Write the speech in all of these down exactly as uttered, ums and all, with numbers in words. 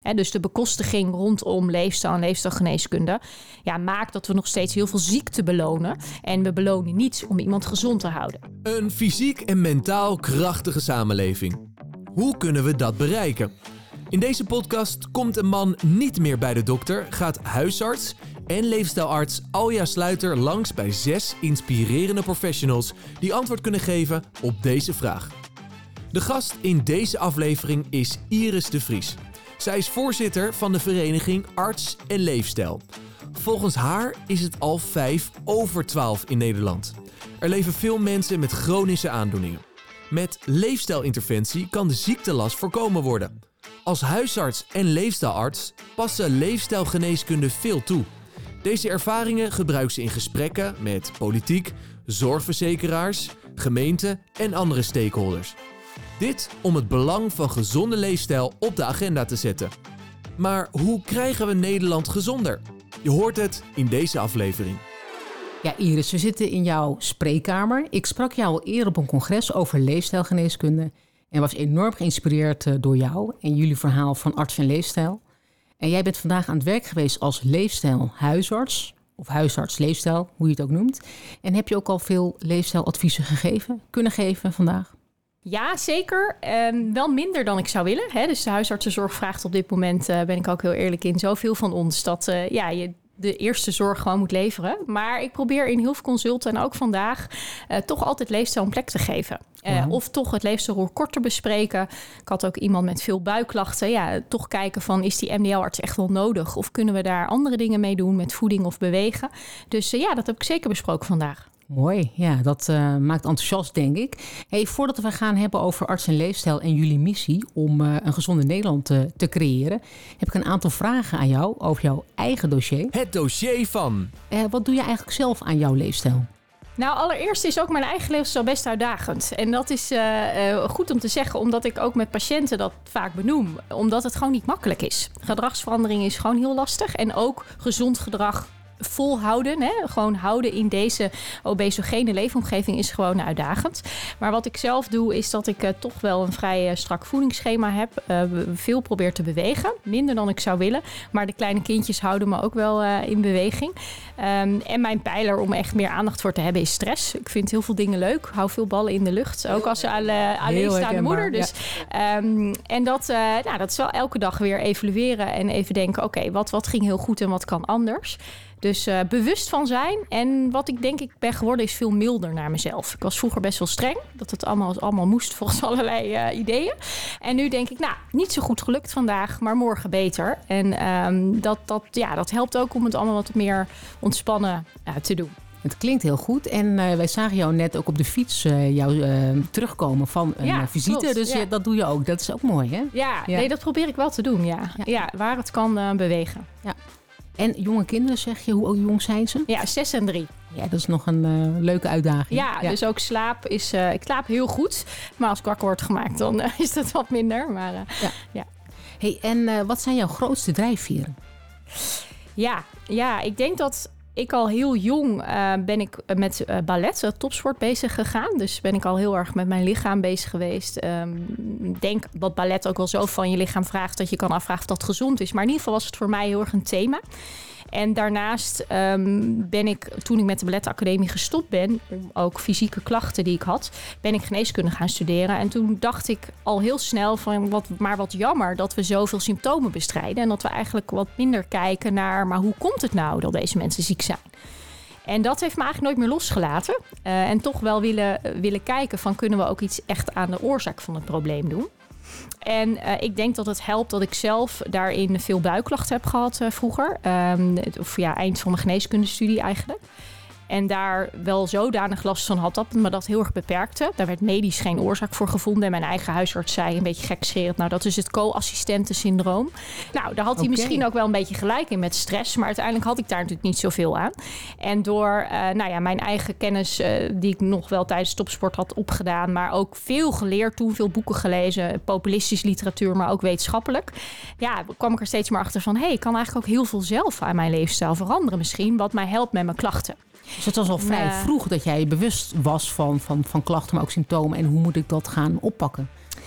He, dus de bekostiging rondom leefstijl en leefstijlgeneeskunde ja, maakt dat we nog steeds heel veel ziekte belonen. En we belonen niet om iemand gezond te houden. Een fysiek en mentaal krachtige samenleving. Hoe kunnen we dat bereiken? In deze podcast komt een man niet meer bij de dokter, gaat huisarts en leefstijlarts Alja Sluiter langs bij zes inspirerende professionals die antwoord kunnen geven op deze vraag. De gast in deze aflevering is Iris de Vries. Zij is voorzitter van de vereniging Arts en Leefstijl. Volgens haar is het al vijf over twaalf in Nederland. Er leven veel mensen met chronische aandoeningen. Met leefstijlinterventie kan de ziektelast voorkomen worden. Als huisarts en leefstijlarts passen leefstijlgeneeskunde veel toe. Deze ervaringen gebruikt ze in gesprekken met politiek, zorgverzekeraars, gemeenten en andere stakeholders. Dit om het belang van gezonde leefstijl op de agenda te zetten. Maar hoe krijgen we Nederland gezonder? Je hoort het in deze aflevering. Ja, Iris, we zitten in jouw spreekkamer. Ik sprak jou al eerder op een congres over leefstijlgeneeskunde en was enorm geïnspireerd door jou en jullie verhaal van Arts en Leefstijl. En jij bent vandaag aan het werk geweest als leefstijlhuisarts, of huisarts leefstijl, hoe je het ook noemt. En heb je ook al veel leefstijladviezen gegeven, kunnen geven vandaag? Ja, zeker. Um, wel minder dan ik zou willen. Hè? Dus de huisartsenzorg vraagt op dit moment, uh, ben ik ook heel eerlijk in, zoveel van ons dat uh, ja, je de eerste zorg gewoon moet leveren. Maar ik probeer in heel veel consulten en ook vandaag uh, toch altijd leefstijl een plek te geven. Uh, wow. Of toch het leefstijlroer kort te bespreken. Ik had ook iemand met veel buikklachten. Ja, toch kijken van, is die M D L-arts echt wel nodig? Of kunnen we daar andere dingen mee doen met voeding of bewegen? Dus uh, ja, dat heb ik zeker besproken vandaag. Mooi, ja, dat uh, maakt enthousiast, denk ik. Hey, voordat we gaan hebben over arts en leefstijl en jullie missie om uh, een gezonde Nederland te, te creëren, heb ik een aantal vragen aan jou over jouw eigen dossier. Het dossier van... Uh, wat doe je eigenlijk zelf aan jouw leefstijl? Nou, allereerst is ook mijn eigen leefstijl best uitdagend. En dat is uh, uh, goed om te zeggen, omdat ik ook met patiënten dat vaak benoem. Omdat het gewoon niet makkelijk is. Gedragsverandering is gewoon heel lastig. En ook gezond gedrag volhouden, hè? Gewoon houden in deze obesogene leefomgeving is gewoon uitdagend. Maar wat ik zelf doe is dat ik uh, toch wel een vrij uh, strak voedingsschema heb. Uh, veel probeer te bewegen. Minder dan ik zou willen. Maar de kleine kindjes houden me ook wel uh, in beweging. Um, en mijn pijler om echt meer aandacht voor te hebben is stress. Ik vind heel veel dingen leuk. Hou veel ballen in de lucht. Ook als uh, alleenstaande moeder. Dus, ja. um, en dat, uh, nou, dat is wel elke dag weer evalueren en even denken, oké, okay, wat, wat ging heel goed en wat kan anders? Dus uh, bewust van zijn. En wat ik denk ik ben geworden is veel milder naar mezelf. Ik was vroeger best wel streng. Dat het allemaal, allemaal moest volgens allerlei uh, ideeën. En nu denk ik, nou, niet zo goed gelukt vandaag, maar morgen beter. En um, dat, dat, ja, dat helpt ook om het allemaal wat meer ontspannen uh, te doen. Het klinkt heel goed. En uh, wij zagen jou net ook op de fiets uh, jou uh, terugkomen van een ja, visite. Klopt, dus ja. dat doe je ook. Dat is ook mooi, hè? Ja, ja, nee, dat probeer ik wel te doen, ja. Ja, ja waar het kan uh, bewegen. Ja. En jonge kinderen, zeg je, hoe jong zijn ze? Ja, zes en drie. Ja, dat is nog een uh, leuke uitdaging. Ja, ja, dus ook slaap is... Uh, ik slaap heel goed. Maar als ik wakker word gemaakt, dan uh, is dat wat minder. Maar uh, ja. ja. Hey, en uh, wat zijn jouw grootste drijfveren? Ja, ja, ik denk dat... Ik al heel jong uh, ben ik met uh, ballet, uh, topsport bezig gegaan. Dus ben ik al heel erg met mijn lichaam bezig geweest. Um, ik denk dat ballet ook wel zo van je lichaam vraagt dat je kan afvragen of dat gezond is. Maar in ieder geval was het voor mij heel erg een thema. En daarnaast um, ben ik, toen ik met de balletacademie gestopt ben, om ook fysieke klachten die ik had, ben ik geneeskunde gaan studeren. En toen dacht ik al heel snel van, wat, maar wat jammer dat we zoveel symptomen bestrijden. En dat we eigenlijk wat minder kijken naar, maar hoe komt het nou dat deze mensen ziek zijn? En dat heeft me eigenlijk nooit meer losgelaten. Uh, en toch wel willen, willen kijken van, kunnen we ook iets echt aan de oorzaak van het probleem doen? En uh, ik denk dat het helpt dat ik zelf daarin veel buikklachten heb gehad uh, vroeger. Um, of ja, eind van mijn geneeskundestudie eigenlijk. En daar wel zodanig last van had dat me dat heel erg beperkte. Daar werd medisch geen oorzaak voor gevonden. En mijn eigen huisarts zei een beetje gekscherend, nou dat is het co-assistentensyndroom. Nou, daar had hij okay. misschien ook wel een beetje gelijk in met stress. Maar uiteindelijk had ik daar natuurlijk niet zoveel aan. En door uh, nou ja, mijn eigen kennis uh, die ik nog wel tijdens topsport had opgedaan. Maar ook veel geleerd toen, veel boeken gelezen. Populistische literatuur, maar ook wetenschappelijk. Ja, kwam ik er steeds maar achter van, hé, hey, ik kan eigenlijk ook heel veel zelf aan mijn leefstijl veranderen misschien. Wat mij helpt met mijn klachten. Dus het was al vrij uh, vroeg dat jij bewust was van, van, van klachten, maar ook symptomen. En hoe moet ik dat gaan oppakken?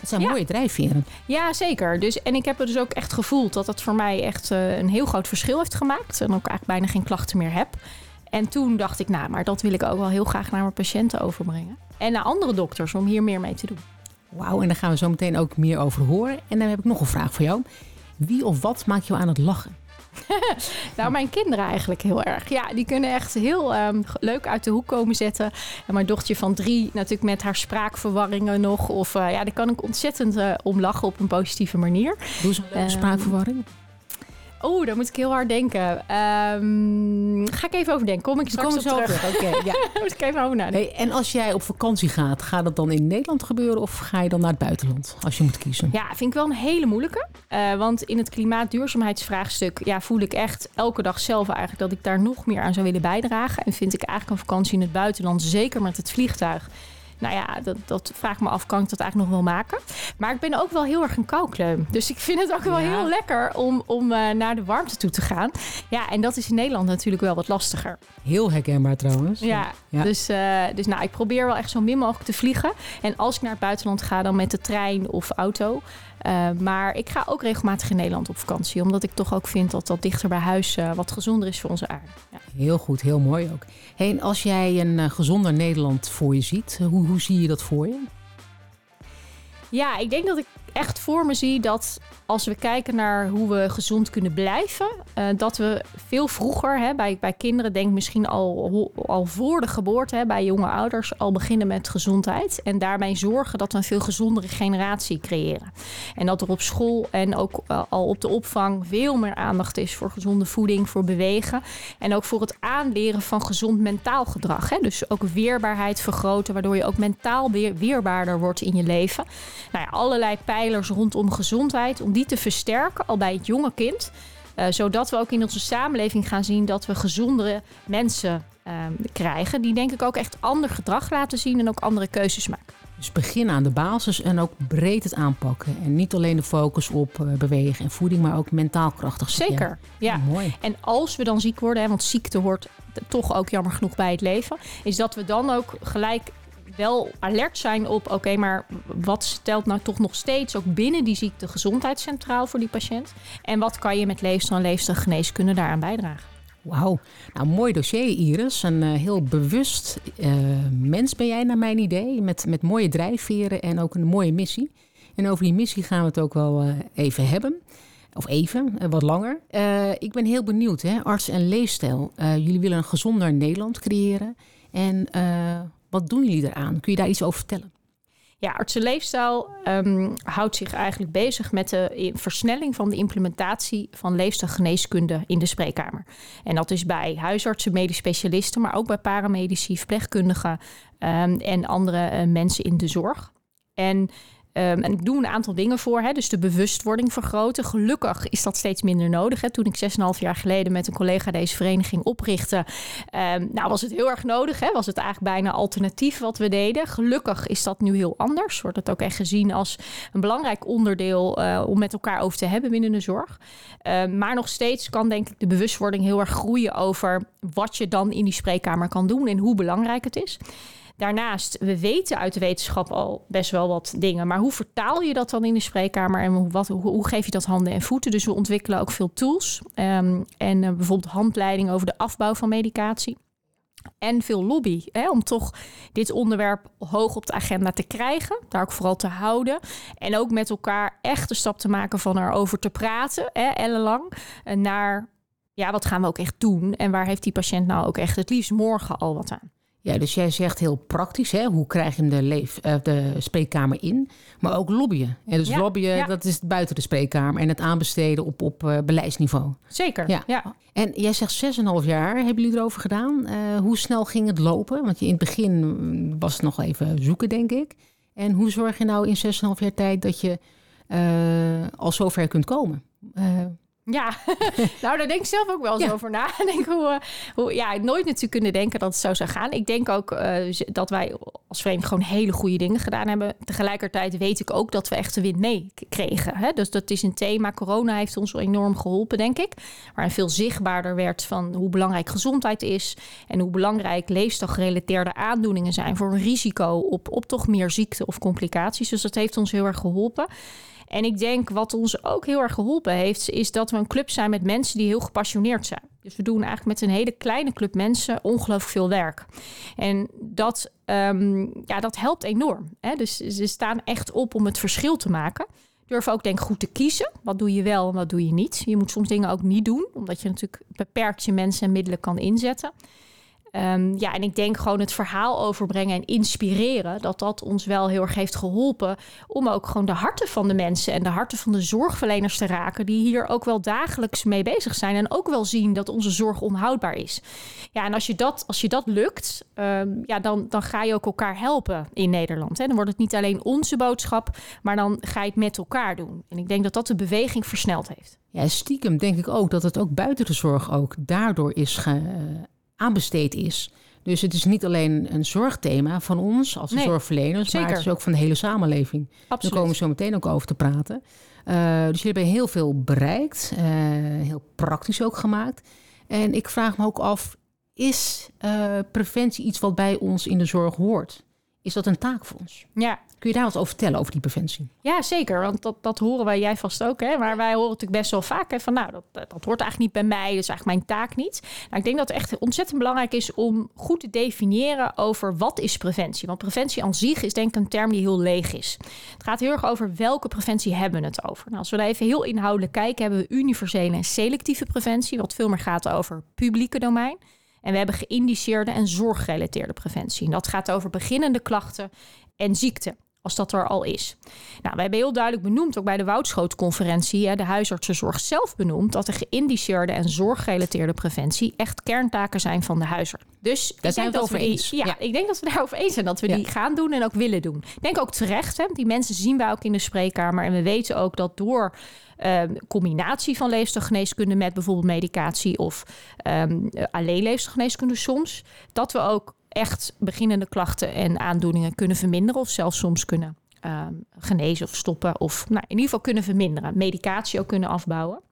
Het zijn Ja. mooie drijfveren. Ja, zeker. Dus, en ik heb er dus ook echt gevoeld dat het voor mij echt uh, een heel groot verschil heeft gemaakt. En ook eigenlijk bijna geen klachten meer heb. En toen dacht ik, nou, maar dat wil ik ook wel heel graag naar mijn patiënten overbrengen. En naar andere dokters om hier meer mee te doen. Wauw, en daar gaan we zo meteen ook meer over horen. En dan heb ik nog een vraag voor jou. Wie of wat maakt jou aan het lachen? Nou, mijn kinderen eigenlijk heel erg. Ja, die kunnen echt heel um, leuk uit de hoek komen zetten. En mijn dochtertje van drie natuurlijk met haar spraakverwarringen nog. Of uh, ja, daar kan ik ontzettend uh, om lachen op een positieve manier. Doe eens een leuke Um, spraakverwarring. Oh, daar moet ik heel hard denken. Um, ga ik even over denken. Kom ik straks op terug. Oké, okay, ja. Daar moet ik even over nadenken. Hey, en als jij op vakantie gaat, gaat dat dan in Nederland gebeuren of ga je dan naar het buitenland? Als je moet kiezen. Ja, vind ik wel een hele moeilijke. Uh, want in het klimaatduurzaamheidsvraagstuk ja, voel ik echt elke dag zelf eigenlijk dat ik daar nog meer aan zou willen bijdragen. En vind ik eigenlijk een vakantie in het buitenland, zeker met het vliegtuig. Nou ja, dat, dat vraag ik me af, kan ik dat eigenlijk nog wel maken? Maar ik ben ook wel heel erg een koukleum. Dus ik vind het ook wel Ja. heel lekker om, om uh, naar de warmte toe te gaan. Ja, en dat is in Nederland natuurlijk wel wat lastiger. Heel herkenbaar trouwens. Ja, Ja. dus, uh, dus nou, ik probeer wel echt zo min mogelijk te vliegen. En als ik naar het buitenland ga, dan met de trein of auto. Uh, maar ik ga ook regelmatig in Nederland op vakantie. Omdat ik toch ook vind dat dat dichter bij huis uh, wat gezonder is voor onze aarde. Ja. Heel goed, heel mooi ook. Hey, en als jij een uh, gezonder Nederland voor je ziet, hoe, hoe zie je dat voor je? Ja, ik denk dat ik echt voor me zie dat als we kijken naar hoe we gezond kunnen blijven, uh, dat we veel vroeger, hè, bij, bij kinderen, denk misschien al, al voor de geboorte, hè, bij jonge ouders, al beginnen met gezondheid. En daarbij zorgen dat we een veel gezondere generatie creëren. En dat er op school en ook uh, al op de opvang veel meer aandacht is voor gezonde voeding, voor bewegen. En ook voor het aanleren van gezond mentaal gedrag. Hè. Dus ook weerbaarheid vergroten, waardoor je ook mentaal weer, weerbaarder wordt in je leven. Nou ja, allerlei pijlers rondom gezondheid, om die te versterken al bij het jonge kind. Uh, zodat we ook in onze samenleving gaan zien dat we gezondere mensen uh, krijgen. Die denk ik ook echt ander gedrag laten zien en ook andere keuzes maken. Dus begin aan de basis en ook breed het aanpakken. En niet alleen de focus op uh, bewegen en voeding, maar ook mentaal krachtig zijn. Zeker, ja. Ja. Mooi. En als we dan ziek worden, hè, want ziekte hoort toch ook jammer genoeg bij het leven, is dat we dan ook gelijk wel alert zijn op, oké, okay, maar wat stelt nou toch nog steeds ook binnen die ziekte gezondheid centraal voor die patiënt? En wat kan je met leefstijl en leefstijlgeneeskunde daaraan bijdragen? Wauw, nou mooi dossier Iris. Een uh, heel bewust uh, mens ben jij naar mijn idee. Met, met mooie drijfveren en ook een mooie missie. En over die missie gaan we het ook wel uh, even hebben. Of even, uh, wat langer. Uh, ik ben heel benieuwd, hè? Arts en leefstijl. Uh, jullie willen een gezonder Nederland creëren. En uh, wat doen jullie eraan? Kun je daar iets over vertellen? Ja, Arts en Leefstijl um, houdt zich eigenlijk bezig met de versnelling van de implementatie van leefstijlgeneeskunde in de spreekkamer. En dat is bij huisartsen, medisch specialisten, maar ook bij paramedici, verpleegkundigen um, en andere uh, mensen in de zorg. En Um, en ik doe een aantal dingen voor, hè, dus de bewustwording vergroten. Gelukkig is dat steeds minder nodig. Hè. Toen ik zes en een half jaar geleden met een collega deze vereniging oprichtte, um, nou was het heel erg nodig. Hè. Was het eigenlijk bijna alternatief wat we deden. Gelukkig is dat nu heel anders. Wordt het ook echt gezien als een belangrijk onderdeel uh, om met elkaar over te hebben binnen de zorg. Uh, maar nog steeds kan denk ik de bewustwording heel erg groeien over wat je dan in die spreekkamer kan doen en hoe belangrijk het is. Daarnaast, we weten uit de wetenschap al best wel wat dingen. Maar hoe vertaal je dat dan in de spreekkamer en wat, hoe, hoe geef je dat handen en voeten? Dus we ontwikkelen ook veel tools. Um, en uh, bijvoorbeeld handleiding over de afbouw van medicatie. En veel lobby, hè, om toch dit onderwerp hoog op de agenda te krijgen. Daar ook vooral te houden. En ook met elkaar echt de stap te maken van erover te praten, hè, ellenlang. Naar, ja, wat gaan we ook echt doen? En waar heeft die patiënt nou ook echt het liefst morgen al wat aan? Ja, dus jij zegt heel praktisch, hè? Hoe krijg je hem de, leef, uh, de spreekkamer in? Maar ook lobbyen. En dus ja, lobbyen, ja. dat is buiten de spreekkamer. En het aanbesteden op, op uh, beleidsniveau. Zeker, ja. ja. En jij zegt zes en een half jaar hebben jullie erover gedaan. Uh, hoe snel ging het lopen? Want in het begin was het nog even zoeken, denk ik. En hoe zorg je nou in zes en een half jaar tijd dat je uh, al zover kunt komen? Uh, Ja, nou daar denk ik zelf ook wel eens ja. over na. Denk hoe, hoe, ja, nooit natuurlijk kunnen denken dat het zo zou gaan. Ik denk ook uh, dat wij als vereniging gewoon hele goede dingen gedaan hebben. Tegelijkertijd weet ik ook dat we echt de wind mee kregen. Hè? Dus dat is een thema. Corona heeft ons enorm geholpen, denk ik. Waarin veel zichtbaarder werd van hoe belangrijk gezondheid is. En hoe belangrijk leefstijlgerelateerde aandoeningen zijn voor een risico op, op toch meer ziekte of complicaties. Dus dat heeft ons heel erg geholpen. En ik denk wat ons ook heel erg geholpen heeft, is dat we een club zijn met mensen die heel gepassioneerd zijn. Dus we doen eigenlijk met een hele kleine club mensen ongelooflijk veel werk. En dat, um, ja, dat helpt enorm. Hè? Dus ze staan echt op om het verschil te maken. Durven ook denk ik goed te kiezen. Wat doe je wel en wat doe je niet. Je moet soms dingen ook niet doen, omdat je natuurlijk beperkt je mensen en middelen kan inzetten. Um, ja, en ik denk gewoon het verhaal overbrengen en inspireren, dat dat ons wel heel erg heeft geholpen om ook gewoon de harten van de mensen en de harten van de zorgverleners te raken, die hier ook wel dagelijks mee bezig zijn en ook wel zien dat onze zorg onhoudbaar is. Ja, en als je dat, als je dat lukt, um, ja, dan, dan ga je ook elkaar helpen in Nederland. Hè. Dan wordt het niet alleen onze boodschap, maar dan ga je het met elkaar doen. En ik denk dat dat de beweging versneld heeft. Ja, stiekem denk ik ook dat het ook buiten de zorg ook daardoor is ge... aanbesteed is. Dus het is niet alleen een zorgthema van ons als nee, zorgverleners, zeker. Maar het is ook van de hele samenleving. Absoluut. Daar komen we zo meteen ook over te praten. Uh, dus jullie hebben heel veel bereikt, uh, heel praktisch ook gemaakt. En ik vraag me ook af, is uh, preventie iets wat bij ons in de zorg hoort? Is dat een taak voor ons? Ja. Kun je daar wat over vertellen, over die preventie? Ja, zeker. Want dat, dat horen wij, jij vast ook. Hè? Maar wij horen natuurlijk best wel vaak hè, van... nou, dat, dat hoort eigenlijk niet bij mij. Dat is eigenlijk mijn taak niet. Nou, ik denk dat het echt ontzettend belangrijk is om goed te definiëren over wat is preventie. Want preventie aan zich is denk ik een term die heel leeg is. Het gaat heel erg over welke preventie hebben we het over. Nou, als we daar even heel inhoudelijk kijken, hebben we universele en selectieve preventie, wat veel meer gaat over publieke domein. En we hebben geïndiceerde en zorggerelateerde preventie. En dat gaat over beginnende klachten en ziekte, als dat er al is. Nou, we hebben heel duidelijk benoemd, ook bij de Woudschoot-conferentie, de huisartsenzorg zelf benoemd, dat de geïndiceerde en zorggerelateerde preventie echt kerntaken zijn van de huisarts. Dus daar zijn we het over eens. Ja, ja, ik denk dat we daarover eens zijn, dat we ja. die gaan doen en ook willen doen. Ik denk ook terecht, hè, die mensen zien we ook in de spreekkamer. En we weten ook dat door Um, combinatie van leefstijlgeneeskunde met bijvoorbeeld medicatie of um, alleen leefstijlgeneeskunde soms, dat we ook echt beginnende klachten en aandoeningen kunnen verminderen of zelfs soms kunnen um, genezen of stoppen of nou, in ieder geval kunnen verminderen. Medicatie ook kunnen afbouwen.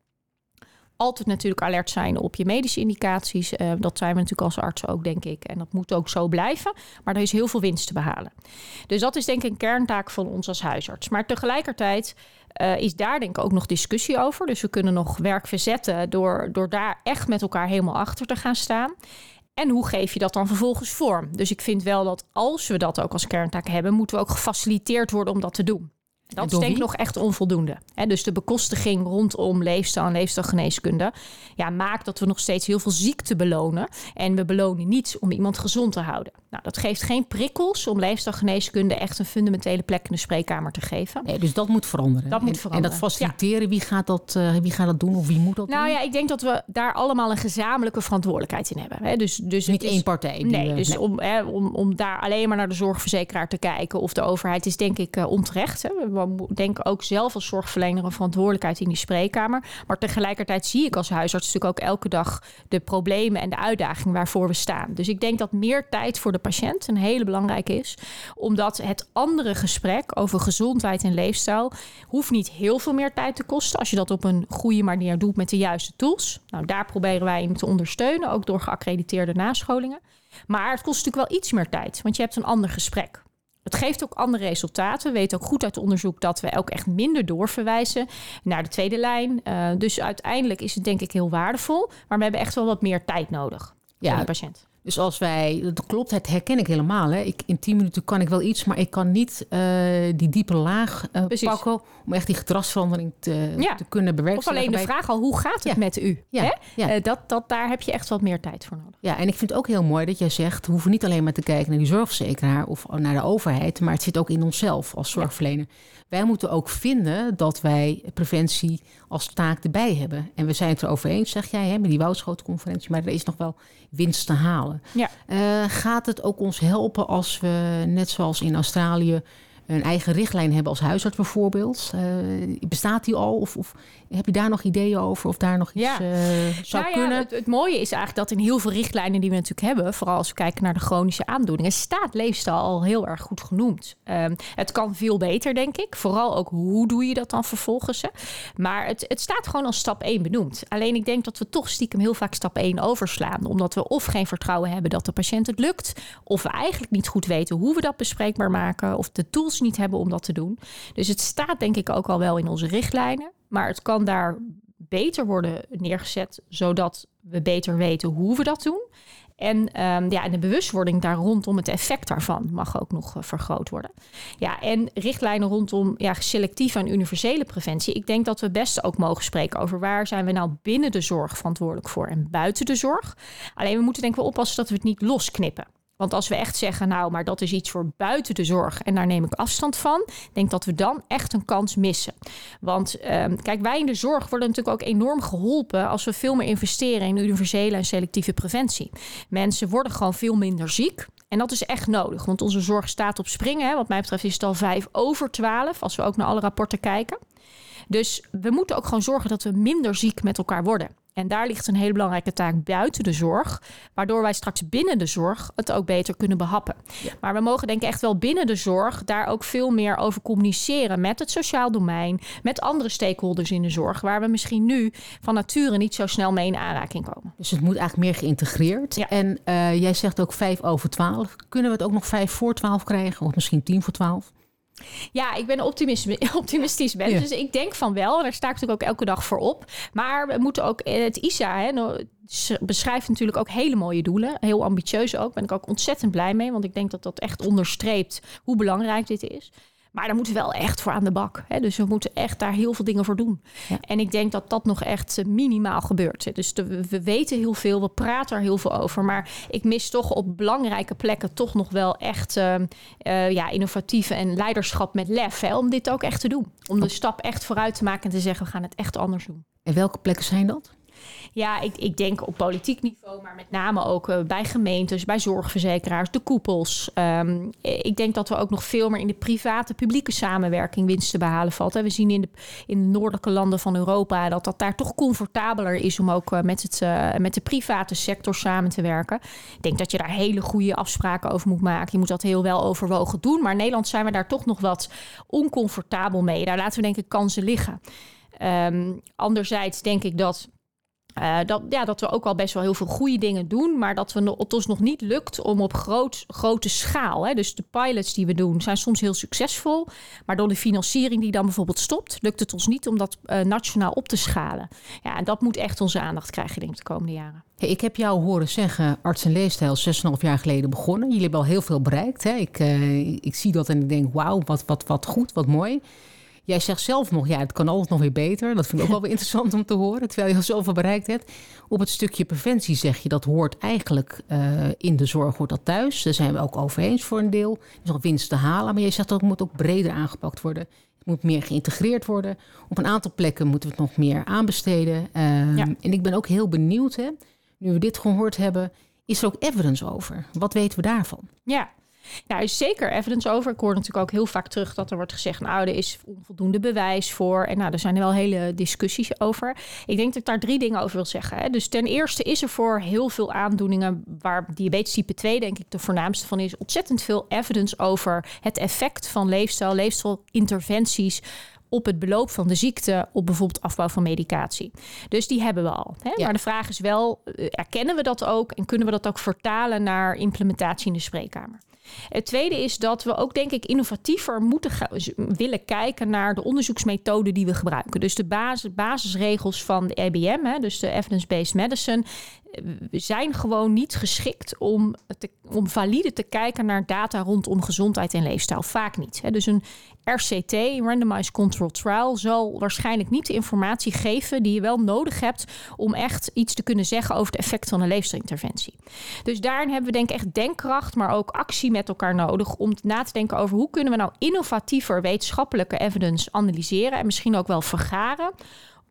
Altijd natuurlijk alert zijn op je medische indicaties. Uh, dat zijn we natuurlijk als artsen ook, denk ik. En dat moet ook zo blijven. Maar er is heel veel winst te behalen. Dus dat is denk ik een kerntaak van ons als huisarts. Maar tegelijkertijd uh, is daar denk ik ook nog discussie over. Dus we kunnen nog werk verzetten door, door daar echt met elkaar helemaal achter te gaan staan. En hoe geef je dat dan vervolgens vorm? Dus ik vind wel dat als we dat ook als kerntaak hebben, moeten we ook gefaciliteerd worden om dat te doen. Dat is denk ik nog echt onvoldoende. He, dus de bekostiging rondom leefstijl en leefstijlgeneeskunde ja, maakt dat we nog steeds heel veel ziekte belonen. En we belonen niets om iemand gezond te houden. Nou, dat geeft geen prikkels om leefstijlgeneeskunde echt een fundamentele plek in de spreekkamer te geven. Nee, dus dat moet veranderen. Dat moet en, veranderen. En dat faciliteren, ja. wie, gaat dat, uh, wie gaat dat doen of wie moet dat nou, doen? Nou ja, ik denk dat we daar allemaal een gezamenlijke verantwoordelijkheid in hebben. He, dus, dus niet is, één partij. Die, nee, dus nee. Om, he, om, om daar alleen maar naar de zorgverzekeraar te kijken of de overheid is denk ik uh, onterecht. He. We denken ook zelf als zorgverlener een verantwoordelijkheid in die spreekkamer. Maar tegelijkertijd zie ik als huisarts natuurlijk ook elke dag de problemen en de uitdagingen waarvoor we staan. Dus ik denk dat meer tijd voor de patiënt een hele belangrijke is. Omdat het andere gesprek over gezondheid en leefstijl hoeft niet heel veel meer tijd te kosten als je dat op een goede manier doet met de juiste tools. Nou, daar proberen wij in te ondersteunen, ook door geaccrediteerde nascholingen. Maar het kost natuurlijk wel iets meer tijd, want je hebt een ander gesprek. Het geeft ook andere resultaten. We weten ook goed uit onderzoek dat we ook echt minder doorverwijzen naar de tweede lijn. Uh, dus uiteindelijk is het denk ik heel waardevol. Maar we hebben echt wel wat meer tijd nodig ja, voor de patiënt. Dus als wij, dat klopt, het herken ik helemaal. Hè. Ik, in tien minuten kan ik wel iets, maar ik kan niet uh, die diepe laag uh, pakken om echt die gedragsverandering te, ja. te kunnen bewerkstelligen. Of alleen de vraag al, hoe gaat het ja. met u? Ja. Hè? Ja. Uh, dat, dat, daar heb je echt wat meer tijd voor nodig. Ja, en ik vind het ook heel mooi dat jij zegt, we hoeven niet alleen maar te kijken naar die zorgverzekeraar of naar de overheid, maar het zit ook in onszelf als zorgverlener. Ja. Wij moeten ook vinden dat wij preventie als taak erbij hebben. En we zijn het erover eens, zeg jij, hè, met die Woudschoot-conferentie, maar er is nog wel winst te halen. Ja. Uh, gaat het ook ons helpen als we, net zoals in Australië, een eigen richtlijn hebben als huisarts bijvoorbeeld. Uh, bestaat die al? Of, of heb je daar nog ideeën over? Of daar nog iets ja. uh, zou nou kunnen? Ja, het, het mooie is eigenlijk dat in heel veel richtlijnen die we natuurlijk hebben, vooral als we kijken naar de chronische aandoeningen, staat leefstijl al heel erg goed genoemd. Um, het kan veel beter, denk ik. Vooral ook hoe doe je dat dan vervolgens. Hè? Maar het, het staat gewoon als stap één benoemd. Alleen ik denk dat we toch stiekem heel vaak stap één overslaan. Omdat we of geen vertrouwen hebben dat de patiënt het lukt, of we eigenlijk niet goed weten hoe we dat bespreekbaar maken, of de tools niet hebben om dat te doen. Dus het staat denk ik ook al wel in onze richtlijnen. Maar het kan daar beter worden neergezet, zodat we beter weten hoe we dat doen. En um, ja, en de bewustwording daar rondom het effect daarvan mag ook nog uh, vergroot worden. Ja, en richtlijnen rondom ja, selectieve en universele preventie. Ik denk dat we best ook mogen spreken over waar zijn we nou binnen de zorg verantwoordelijk voor en buiten de zorg. Alleen we moeten denk ik wel oppassen dat we het niet losknippen. Want als we echt zeggen, nou, maar dat is iets voor buiten de zorg en daar neem ik afstand van, denk dat we dan echt een kans missen. Want um, kijk, wij in de zorg worden natuurlijk ook enorm geholpen als we veel meer investeren in universele en selectieve preventie. Mensen worden gewoon veel minder ziek. En dat is echt nodig, want onze zorg staat op springen. Hè. Wat mij betreft is het al vijf over twaalf, als we ook naar alle rapporten kijken. Dus we moeten ook gewoon zorgen dat we minder ziek met elkaar worden. En daar ligt een hele belangrijke taak buiten de zorg, waardoor wij straks binnen de zorg het ook beter kunnen behappen. Ja. Maar we mogen denk ik echt wel binnen de zorg daar ook veel meer over communiceren met het sociaal domein, met andere stakeholders in de zorg, waar we misschien nu van nature niet zo snel mee in aanraking komen. Dus het moet eigenlijk meer geïntegreerd. Ja. En uh, jij zegt ook vijf over twaalf. Kunnen we het ook nog vijf voor twaalf krijgen? Of misschien tien voor twaalf? Ja, ik ben optimist, optimistisch ben. Ja. Dus ik denk van wel. En daar sta ik natuurlijk ook elke dag voor op. Maar we moeten ook het I S A hè, beschrijft natuurlijk ook hele mooie doelen. Heel ambitieus ook. Ben ik ook ontzettend blij mee. Want ik denk dat dat echt onderstreept hoe belangrijk dit is. Maar daar moeten we wel echt voor aan de bak. Hè? Dus we moeten echt daar heel veel dingen voor doen. Ja. En ik denk dat dat nog echt minimaal gebeurt. Dus de, we weten heel veel, we praten er heel veel over. Maar ik mis toch op belangrijke plekken toch nog wel echt uh, uh, ja, innovatieve en leiderschap met lef. Hè? Om dit ook echt te doen. Om de stap echt vooruit te maken en te zeggen, we gaan het echt anders doen. En welke plekken zijn dat? Ja, ik, ik denk op politiek niveau, maar met name ook uh, bij gemeentes, bij zorgverzekeraars, de koepels. Um, ik denk dat we ook nog veel meer in de private, publieke samenwerking winst te behalen valt. Hè. We zien in de, in de noordelijke landen van Europa dat dat daar toch comfortabeler is om ook uh, met, het, uh, met de private sector samen te werken. Ik denk dat je daar hele goede afspraken over moet maken. Je moet dat heel wel overwogen doen. Maar in Nederland zijn we daar toch nog wat oncomfortabel mee. Daar laten we denk ik kansen liggen. Um, anderzijds denk ik dat... Uh, dat, ja, dat we ook al best wel heel veel goede dingen doen, maar dat we het ons nog niet lukt om op groot, grote schaal. Hè, dus de pilots die we doen zijn soms heel succesvol, maar door de financiering die dan bijvoorbeeld stopt, lukt het ons niet om dat uh, nationaal op te schalen. Ja, en dat moet echt onze aandacht krijgen, denk ik, de komende jaren. Hey, ik heb jou horen zeggen, Arts en Leefstijl, zes en een half jaar geleden begonnen. Jullie hebben al heel veel bereikt. Hè? Ik, uh, ik zie dat en ik denk, wauw, wat, wat, wat goed, wat mooi. Jij zegt zelf nog, ja, het kan altijd nog weer beter. Dat vind ik ook wel weer interessant om te horen, terwijl je al zoveel bereikt hebt. Op het stukje preventie zeg je, dat hoort eigenlijk uh, in de zorg, hoort dat thuis. Daar zijn we ook over eens voor een deel. Er is nog winst te halen, maar je zegt dat het moet ook breder aangepakt worden. Het moet meer geïntegreerd worden. Op een aantal plekken moeten we het nog meer aanbesteden. Uh, ja. En ik ben ook heel benieuwd, hè, nu we dit gehoord hebben, is er ook evidence over? Wat weten we daarvan? Ja. Nou, er is zeker evidence over. Ik hoor natuurlijk ook heel vaak terug dat er wordt gezegd, nou, er is onvoldoende bewijs voor. En nou, er zijn er wel hele discussies over. Ik denk dat ik daar drie dingen over wil zeggen. Hè. Dus ten eerste is er voor heel veel aandoeningen, waar diabetes type twee denk ik de voornaamste van is, ontzettend veel evidence over het effect van leefstijl, leefstijlinterventies op het beloop van de ziekte, op bijvoorbeeld afbouw van medicatie. Dus die hebben we al. Hè? Ja. Maar de vraag is wel, erkennen we dat ook en kunnen we dat ook vertalen naar implementatie in de spreekkamer? Het tweede is dat we ook, denk ik, innovatiever moeten gaan, willen kijken naar de onderzoeksmethoden die we gebruiken. Dus de basis, basisregels van de E B M, hè, dus de Evidence-Based Medicine, zijn gewoon niet geschikt om, te, om valide te kijken naar data rondom gezondheid en leefstijl. Vaak niet. Hè. Dus een R C T, Randomized Controlled Trial, zal waarschijnlijk niet de informatie geven die je wel nodig hebt om echt iets te kunnen zeggen over het effect van een leefstijlinterventie. Dus daarin hebben we denk ik echt denkkracht, maar ook actie met elkaar nodig om na te denken over hoe kunnen we nou innovatiever wetenschappelijke evidence analyseren en misschien ook wel vergaren,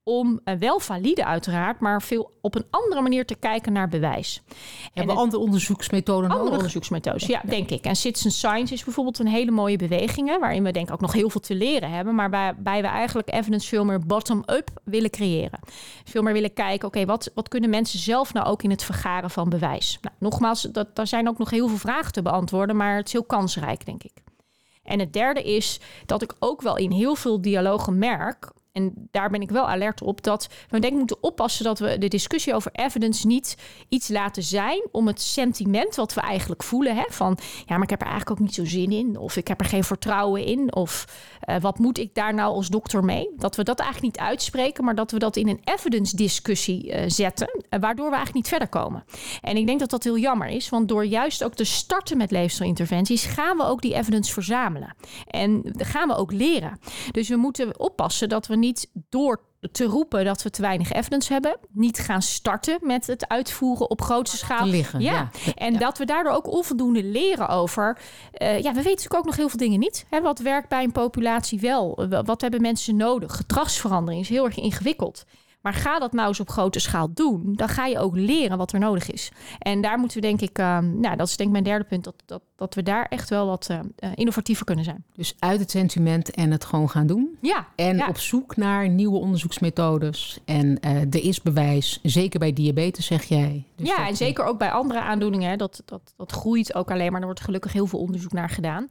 om uh, wel valide uiteraard, maar veel op een andere manier te kijken naar bewijs. Hebben we andere onderzoeksmethoden Andere nodig? onderzoeksmethodes, ja, ja, denk ik. En citizen science is bijvoorbeeld een hele mooie beweging, hè, waarin we denk ik ook nog heel veel te leren hebben, maar waarbij we eigenlijk evidence veel meer bottom-up willen creëren. Veel meer willen kijken, oké, okay, wat, wat kunnen mensen zelf nou ook in het vergaren van bewijs? Nou, nogmaals, dat, daar zijn ook nog heel veel vragen te beantwoorden, maar het is heel kansrijk, denk ik. En het derde is dat ik ook wel in heel veel dialogen merk, en daar ben ik wel alert op, dat we denk ik moeten oppassen dat we de discussie over evidence niet iets laten zijn om het sentiment wat we eigenlijk voelen, hè, van ja, maar ik heb er eigenlijk ook niet zo zin in, of ik heb er geen vertrouwen in, of uh, wat moet ik daar nou als dokter mee? Dat we dat eigenlijk niet uitspreken, maar dat we dat in een evidence discussie uh, zetten, uh, waardoor we eigenlijk niet verder komen. En ik denk dat dat heel jammer is, want door juist ook te starten met leefstijlinterventies gaan we ook die evidence verzamelen. En gaan we ook leren. Dus we moeten oppassen dat we niet door te roepen dat we te weinig evidence hebben, niet gaan starten met het uitvoeren op grote schaal. Liggen, ja. ja. En ja. dat we daardoor ook onvoldoende leren over. Uh, ja, we weten natuurlijk ook nog heel veel dingen niet. Hè, wat werkt bij een populatie wel? Wat hebben mensen nodig? Gedragsverandering is heel erg ingewikkeld. Maar ga dat nou eens op grote schaal doen. Dan ga je ook leren wat er nodig is. En daar moeten we denk ik, uh, nou dat is denk ik mijn derde punt, dat, dat, dat we daar echt wel wat uh, innovatiever kunnen zijn. Dus uit het sentiment en het gewoon gaan doen. Ja. En ja. op zoek naar nieuwe onderzoeksmethodes. En uh, er is bewijs, zeker bij diabetes zeg jij. Dus ja, dat, en zeker ook bij andere aandoeningen. Hè, dat, dat, dat groeit ook alleen maar. Er wordt gelukkig heel veel onderzoek naar gedaan.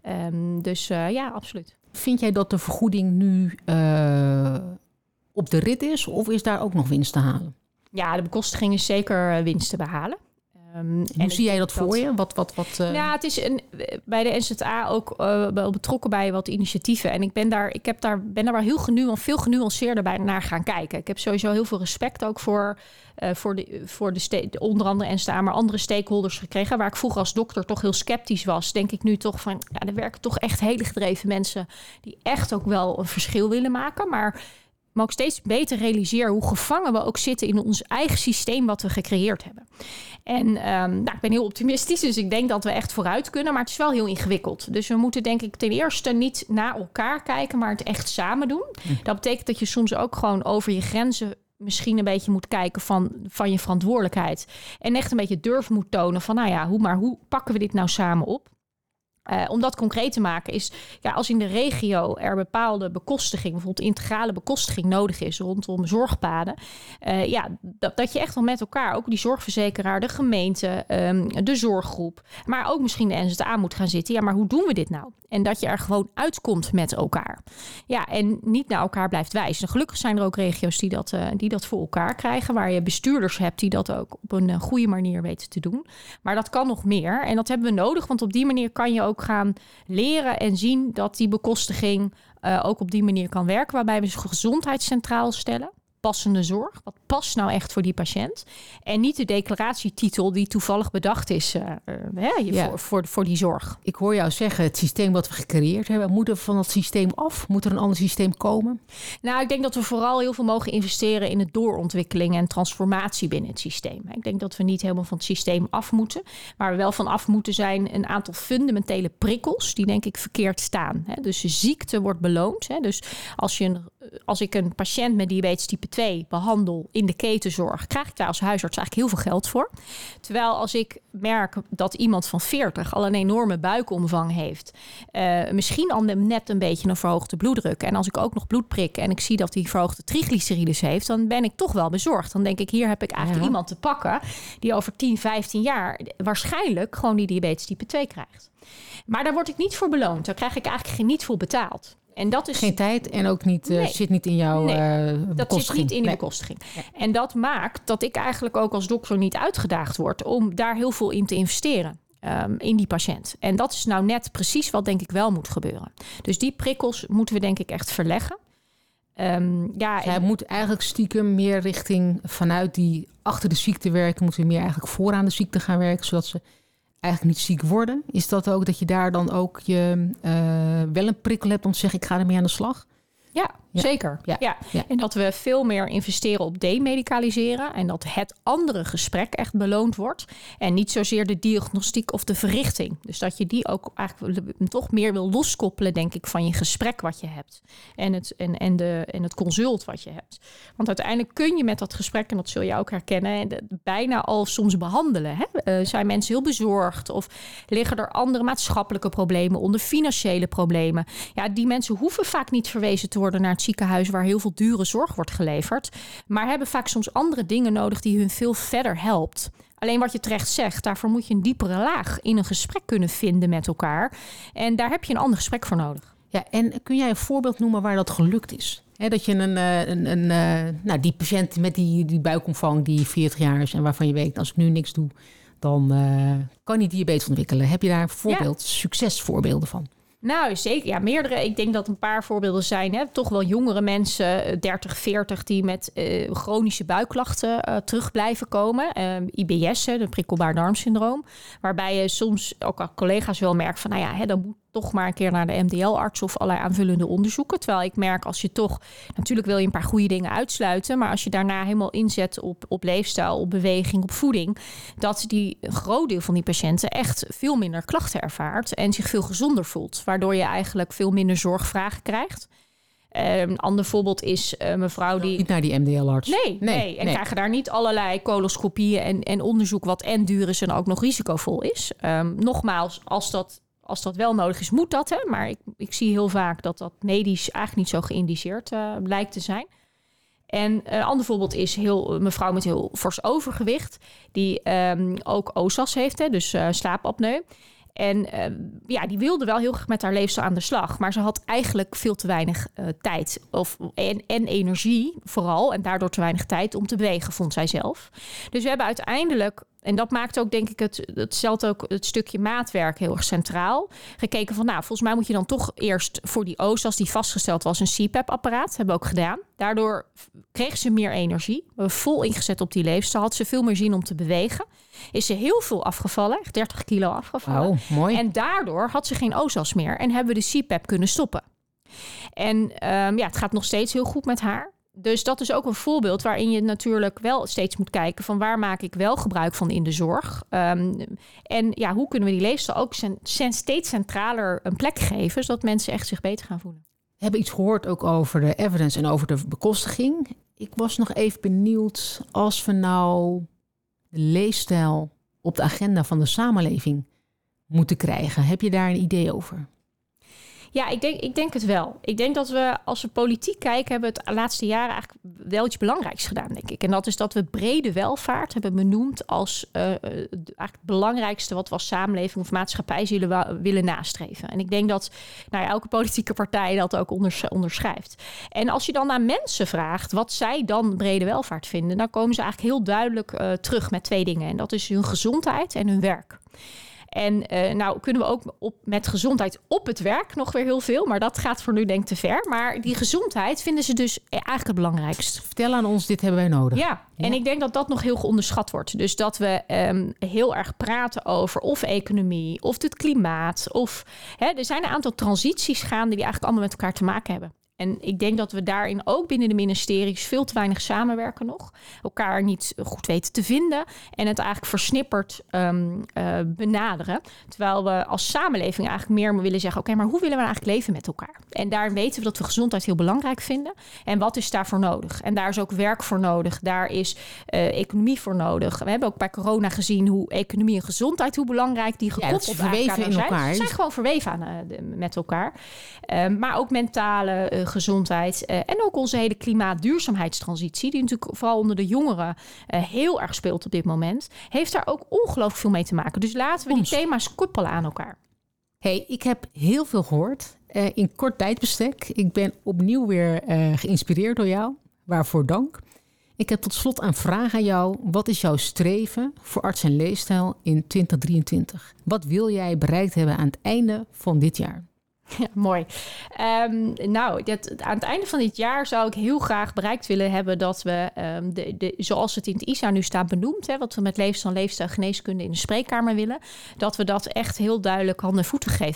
Um, dus uh, ja, absoluut. Vind jij dat de vergoeding nu Uh, op de rit is, of is daar ook nog winst te halen? Ja, de bekostiging is zeker winst te behalen. Um, Hoe en zie jij dat, dat voor je? Wat, wat, wat, uh... Ja, het is een, bij de N Z A ook uh, betrokken bij wat initiatieven. En ik ben daar, ik heb daar, ben daar wel heel genuan, veel genuanceerder bij naar gaan kijken. Ik heb sowieso heel veel respect ook voor, uh, voor, de, voor de sta- onder andere N Z A, maar andere stakeholders gekregen. Waar ik vroeger als dokter toch heel sceptisch was, denk ik nu toch van, ja, er werken toch echt hele gedreven mensen die echt ook wel een verschil willen maken. Maar maar ook steeds beter realiseren hoe gevangen we ook zitten in ons eigen systeem wat we gecreëerd hebben. En um, nou, ik ben heel optimistisch, dus ik denk dat we echt vooruit kunnen, maar het is wel heel ingewikkeld. Dus we moeten denk ik ten eerste niet naar elkaar kijken, maar het echt samen doen. Hm. Dat betekent dat je soms ook gewoon over je grenzen misschien een beetje moet kijken van, van je verantwoordelijkheid. En echt een beetje durf moet tonen van, nou ja, hoe, maar hoe pakken we dit nou samen op? Uh, om dat concreet te maken is, ja, als in de regio er bepaalde bekostiging, bijvoorbeeld integrale bekostiging nodig is rondom zorgpaden, uh, ja, dat, dat je echt wel met elkaar, ook die zorgverzekeraar, de gemeente, um, de zorggroep, maar ook misschien de N Z A moet gaan zitten. Ja, maar hoe doen we dit nou? En dat je er gewoon uitkomt met elkaar. Ja, en niet naar elkaar blijft wijzen. En gelukkig zijn er ook regio's die dat, uh, die dat voor elkaar krijgen, waar je bestuurders hebt die dat ook op een uh, goede manier weten te doen. Maar dat kan nog meer en dat hebben we nodig, want op die manier kan je ook gaan leren en zien dat die bekostiging uh, ook op die manier kan werken, waarbij we gezondheid centraal stellen. Passende zorg. Wat past nou echt voor die patiënt? En niet de declaratietitel die toevallig bedacht is uh, uh, ja. voor, voor, voor die zorg. Ik hoor jou zeggen, het systeem wat we gecreëerd hebben, moet er van het systeem af? Moet er een ander systeem komen? Nou, ik denk dat we vooral heel veel mogen investeren in de doorontwikkeling en transformatie binnen het systeem. Ik denk dat we niet helemaal van het systeem af moeten. Waar we wel van af moeten zijn een aantal fundamentele prikkels die denk ik verkeerd staan. Dus de ziekte wordt beloond. Dus als, je een, als ik een patiënt met diabetes type twee behandel in de ketenzorg, krijg ik daar als huisarts eigenlijk heel veel geld voor. Terwijl als ik merk dat iemand van veertig al een enorme buikomvang heeft, uh, misschien al net een beetje een verhoogde bloeddruk, en als ik ook nog bloed prik en ik zie dat hij verhoogde triglycerides heeft, dan ben ik toch wel bezorgd. Dan denk ik, hier heb ik eigenlijk ja. iemand te pakken die over tien, vijftien jaar waarschijnlijk gewoon die diabetes type twee krijgt. Maar daar word ik niet voor beloond. Daar krijg ik eigenlijk geen niet voor betaald. En dat is geen tijd en ook niet uh, nee. zit niet in jouw nee, uh, bekostiging. Dat zit niet in die nee. bekostiging. Nee. En dat maakt dat ik eigenlijk ook als dokter niet uitgedaagd word om daar heel veel in te investeren. Um, in die patiënt. En dat is nou net precies wat denk ik wel moet gebeuren. Dus die prikkels moeten we denk ik echt verleggen. Um, ja, dus hij en... moet eigenlijk stiekem meer richting vanuit die achter de ziekte werken. Moeten we meer eigenlijk vooraan de ziekte gaan werken, zodat ze eigenlijk niet ziek worden. Is dat ook dat je daar dan ook je uh, wel een prikkel hebt om te zeggen, ik ga ermee aan de slag? Ja, Ja. Zeker. Ja. Ja. Ja. En dat we veel meer investeren op demedicaliseren. En dat het andere gesprek echt beloond wordt. En niet zozeer de diagnostiek of de verrichting. Dus dat je die ook eigenlijk toch meer wil loskoppelen, denk ik, van je gesprek wat je hebt. En het, en, en de, en het consult wat je hebt. Want uiteindelijk kun je met dat gesprek, en dat zul je ook herkennen, bijna al soms behandelen. Hè? Uh, zijn mensen heel bezorgd? Of liggen er andere maatschappelijke problemen onder, financiële problemen? Ja, die mensen hoeven vaak niet verwezen te worden naar het ziekenhuis waar heel veel dure zorg wordt geleverd. Maar hebben vaak soms andere dingen nodig die hun veel verder helpt. Alleen wat je terecht zegt, daarvoor moet je een diepere laag in een gesprek kunnen vinden met elkaar. En daar heb je een ander gesprek voor nodig. Ja, en kun jij een voorbeeld noemen waar dat gelukt is? He, dat je een, een, een, een nou, die patiënt met die, die buikomvang die veertig jaar is en waarvan je weet, als ik nu niks doe, dan uh, kan hij diabetes ontwikkelen. Heb je daar een voorbeeld, ja. succesvoorbeelden van? Nou, zeker. Ja, meerdere. Ik denk dat een paar voorbeelden zijn. Hè. Toch wel jongere mensen, dertig, veertig, die met uh, chronische buikklachten uh, terug blijven komen. Uh, I B S, hè, de prikkelbaar darmsyndroom. Waarbij je soms ook al collega's wel merkt van, nou ja, hè, dan moet toch maar een keer naar de M D L-arts of allerlei aanvullende onderzoeken. Terwijl ik merk, als je toch, natuurlijk wil je een paar goede dingen uitsluiten, maar als je daarna helemaal inzet op, op leefstijl, op beweging, op voeding, dat die een groot deel van die patiënten echt veel minder klachten ervaart en zich veel gezonder voelt. Waardoor je eigenlijk veel minder zorgvragen krijgt. Uh, een ander voorbeeld is uh, mevrouw die... Niet naar die M D L-arts. Nee, nee, nee. En nee. krijgen daar niet allerlei coloscopieën en, en onderzoek wat en duur is en ook nog risicovol is. Um, nogmaals, als dat... Als dat wel nodig is, moet dat. Hè? Maar ik, ik zie heel vaak dat dat medisch eigenlijk niet zo geïndiceerd uh, blijkt te zijn. En een uh, ander voorbeeld is heel, een mevrouw met heel fors overgewicht. Die um, ook O S A S heeft, hè? Dus uh, slaapapneu. En uh, ja, die wilde wel heel graag met haar leefstijl aan de slag. Maar ze had eigenlijk veel te weinig uh, tijd of, en, en energie vooral. En daardoor te weinig tijd om te bewegen, vond zij zelf. Dus we hebben uiteindelijk... En dat maakt ook, denk ik, het, het stelt ook het stukje maatwerk heel erg centraal. Gekeken van, nou, volgens mij moet je dan toch eerst voor die O S A S, die vastgesteld was, een C PAP-apparaat. Hebben we ook gedaan. Daardoor kreeg ze meer energie. We hebben vol ingezet op die leefstijl. Had ze veel meer zin om te bewegen. Is ze heel veel afgevallen, echt dertig kilo afgevallen. Oh, mooi. En daardoor had ze geen O S A S meer. En hebben we de C PAP kunnen stoppen. En um, ja, het gaat nog steeds heel goed met haar. Dus dat is ook een voorbeeld waarin je natuurlijk wel steeds moet kijken van waar maak ik wel gebruik van in de zorg. Um, en ja, hoe kunnen we die leefstijl ook sen- sen- steeds centraler een plek geven, zodat mensen echt zich beter gaan voelen. We hebben iets gehoord ook over de evidence en over de bekostiging. Ik was nog even benieuwd, als we nou de leefstijl op de agenda van de samenleving moeten krijgen. Heb je daar een idee over? Ja, ik denk, ik denk het wel. Ik denk dat we, als we politiek kijken, hebben we het de laatste jaren eigenlijk wel iets belangrijks gedaan, denk ik. En dat is dat we brede welvaart hebben benoemd als uh, eigenlijk het belangrijkste wat we als samenleving of maatschappij zullen willen nastreven. En ik denk dat nou ja, elke politieke partij dat ook onders- onderschrijft. En als je dan naar mensen vraagt wat zij dan brede welvaart vinden, dan komen ze eigenlijk heel duidelijk uh, terug met twee dingen. En dat is hun gezondheid en hun werk. En uh, nou kunnen we ook op, met gezondheid op het werk nog weer heel veel. Maar dat gaat voor nu denk ik te ver. Maar die gezondheid vinden ze dus eigenlijk het belangrijkst. Vertel aan ons, dit hebben wij nodig. Ja, ja. En ik denk dat dat nog heel onderschat wordt. Dus dat we um, heel erg praten over of economie of het klimaat. Of hè, er zijn een aantal transities gaande die eigenlijk allemaal met elkaar te maken hebben. En ik denk dat we daarin ook binnen de ministeries veel te weinig samenwerken nog. Elkaar niet goed weten te vinden. En het eigenlijk versnipperd um, uh, benaderen. Terwijl we als samenleving eigenlijk meer willen zeggen, oké, okay, maar hoe willen we eigenlijk leven met elkaar? En daar weten we dat we gezondheid heel belangrijk vinden. En wat is daarvoor nodig? En daar is ook werk voor nodig. Daar is uh, economie voor nodig. We hebben ook bij corona gezien hoe economie en gezondheid, hoe belangrijk die gekoppeld ja, verweven in zijn. elkaar. Ze zijn gewoon verweven aan, uh, de, met elkaar. Uh, maar ook mentale uh, gezondheid uh, en ook onze hele klimaatduurzaamheidstransitie, die natuurlijk vooral onder de jongeren uh, heel erg speelt op dit moment, heeft daar ook ongelooflijk veel mee te maken. Dus laten we die thema's koppelen aan elkaar. Hey, ik heb heel veel gehoord uh, in kort tijdbestek. Ik ben opnieuw weer uh, geïnspireerd door jou. Waarvoor dank. Ik heb tot slot een vraag aan jou. Wat is jouw streven voor arts en leefstijl in twintig drieëntwintig? Wat wil jij bereikt hebben aan het einde van dit jaar? Ja, mooi. Um, nou, dat, aan het einde van dit jaar zou ik heel graag bereikt willen hebben dat we, um, de, de, zoals het in het I S A nu staat benoemd, hè, wat we met leefstijl en leefstijlgeneeskunde in de spreekkamer willen, dat we dat echt heel duidelijk handen en voeten gegeven hebben.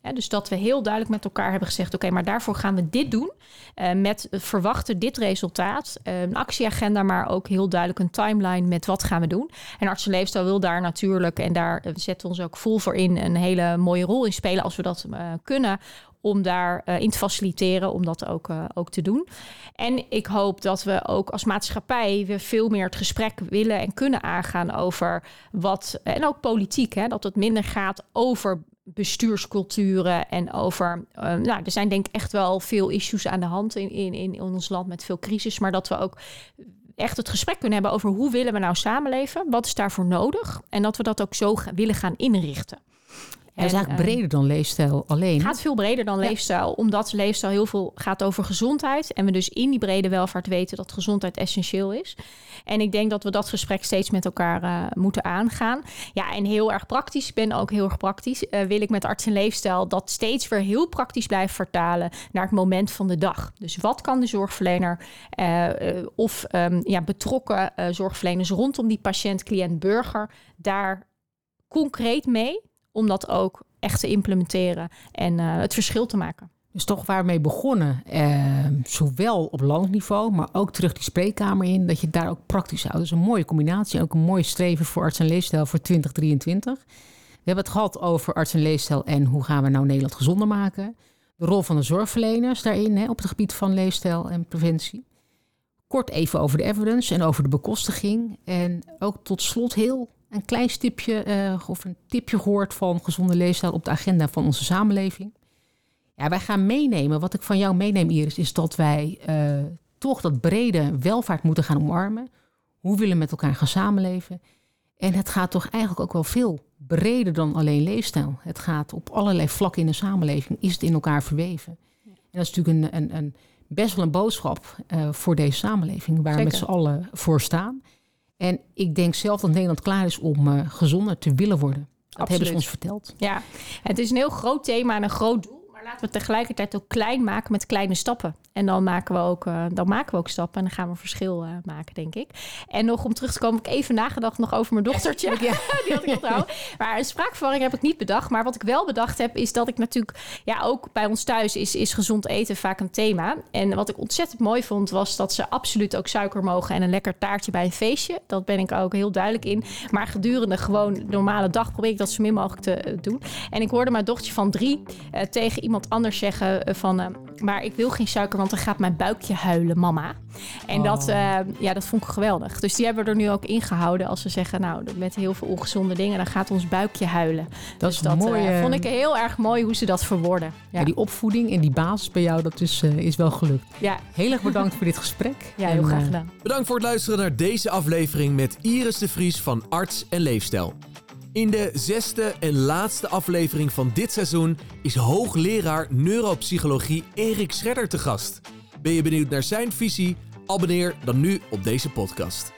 Ja, dus dat we heel duidelijk met elkaar hebben gezegd... oké, okay, maar daarvoor gaan we dit doen. Uh, met verwachten dit resultaat. Uh, een actieagenda, maar ook heel duidelijk een timeline... met wat gaan we doen. En Arts en Leefstijl wil daar natuurlijk... en daar zetten we ons ook vol voor in... een hele mooie rol in spelen als we dat uh, kunnen... om daar uh, in te faciliteren, om dat ook, uh, ook te doen. En ik hoop dat we ook als maatschappij... weer veel meer het gesprek willen en kunnen aangaan over wat... en ook politiek, hè, dat het minder gaat over... bestuursculturen en over... Uh, nou, er zijn denk ik echt wel veel issues aan de hand in, in, in ons land met veel crisis, maar dat we ook echt het gesprek kunnen hebben over hoe willen we nou samenleven, wat is daarvoor nodig en dat we dat ook zo ga, willen gaan inrichten. En het is eigenlijk breder dan leefstijl alleen. Het gaat veel breder dan ja. leefstijl, omdat leefstijl heel veel gaat over gezondheid. En we dus in die brede welvaart weten dat gezondheid essentieel is. En ik denk dat we dat gesprek steeds met elkaar uh, moeten aangaan. Ja, en heel erg praktisch, ik ben ook heel erg praktisch, uh, wil ik met Arts en Leefstijl dat steeds weer heel praktisch blijven vertalen naar het moment van de dag. Dus wat kan de zorgverlener uh, uh, of um, ja, betrokken uh, zorgverleners rondom die patiënt, cliënt, burger daar concreet mee... om dat ook echt te implementeren en uh, het verschil te maken. Dus toch waarmee begonnen, eh, zowel op landniveau, maar ook terug die spreekkamer in, dat je het daar ook praktisch houdt. Dat is een mooie combinatie, ook een mooie streven voor Arts en Leefstijl voor twintig drieëntwintig. We hebben het gehad over Arts en Leefstijl en hoe gaan we nou Nederland gezonder maken. De rol van de zorgverleners daarin, hè, op het gebied van leefstijl en preventie. Kort even over de evidence en over de bekostiging. En ook tot slot heel... een klein stipje uh, of een tipje gehoord van gezonde leefstijl op de agenda van onze samenleving. Ja, wij gaan meenemen, wat ik van jou meeneem, Iris, is dat wij uh, toch dat brede welvaart moeten gaan omarmen. Hoe willen we met elkaar gaan samenleven? En het gaat toch eigenlijk ook wel veel breder dan alleen leefstijl. Het gaat op allerlei vlakken in de samenleving, is het in elkaar verweven. Ja. En dat is natuurlijk een, een, een, best wel een boodschap uh, voor deze samenleving, waar we met z'n allen voor staan. En ik denk zelf dat Nederland klaar is om uh, gezonder te willen worden. Dat Absoluut. Hebben ze ons verteld. Ja, het is een heel groot thema en een groot doel. Maar laten we het tegelijkertijd ook klein maken met kleine stappen. En dan maken we ook, uh, dan maken we ook stappen en dan gaan we een verschil uh, maken, denk ik. En nog om terug te komen, heb ik even nagedacht nog over mijn dochtertje. Ja. Die had ik onthouden. Maar een spraakverwarring heb ik niet bedacht. Maar wat ik wel bedacht heb, is dat ik natuurlijk... Ja, ook bij ons thuis is, is gezond eten vaak een thema. En wat ik ontzettend mooi vond, was dat ze absoluut ook suiker mogen en een lekker taartje bij een feestje. Dat ben ik ook heel duidelijk in. Maar gedurende gewoon de normale dag probeer ik dat zo min mogelijk te uh, doen. En ik hoorde mijn dochtertje van drie uh, tegen iemand anders zeggen uh, van... Uh, maar ik wil geen suiker, want dan gaat mijn buikje huilen, mama. En oh. dat, uh, ja, dat vond ik geweldig. Dus die hebben we er nu ook ingehouden. Als we zeggen, nou, met heel veel ongezonde dingen, dan gaat ons buikje huilen. Dat dus is dat mooi, uh, vond ik heel erg mooi hoe ze dat verwoorden. Ja. Ja, die opvoeding en die basis bij jou, dat is, uh, is wel gelukt. Ja. Heel erg bedankt voor dit gesprek. Ja, heel en, graag gedaan. Bedankt voor het luisteren naar deze aflevering met Iris de Vries van Arts en Leefstijl. In de zesde en laatste aflevering van dit seizoen is hoogleraar neuropsychologie Erik Schredder te gast. Ben je benieuwd naar zijn visie? Abonneer dan nu op deze podcast.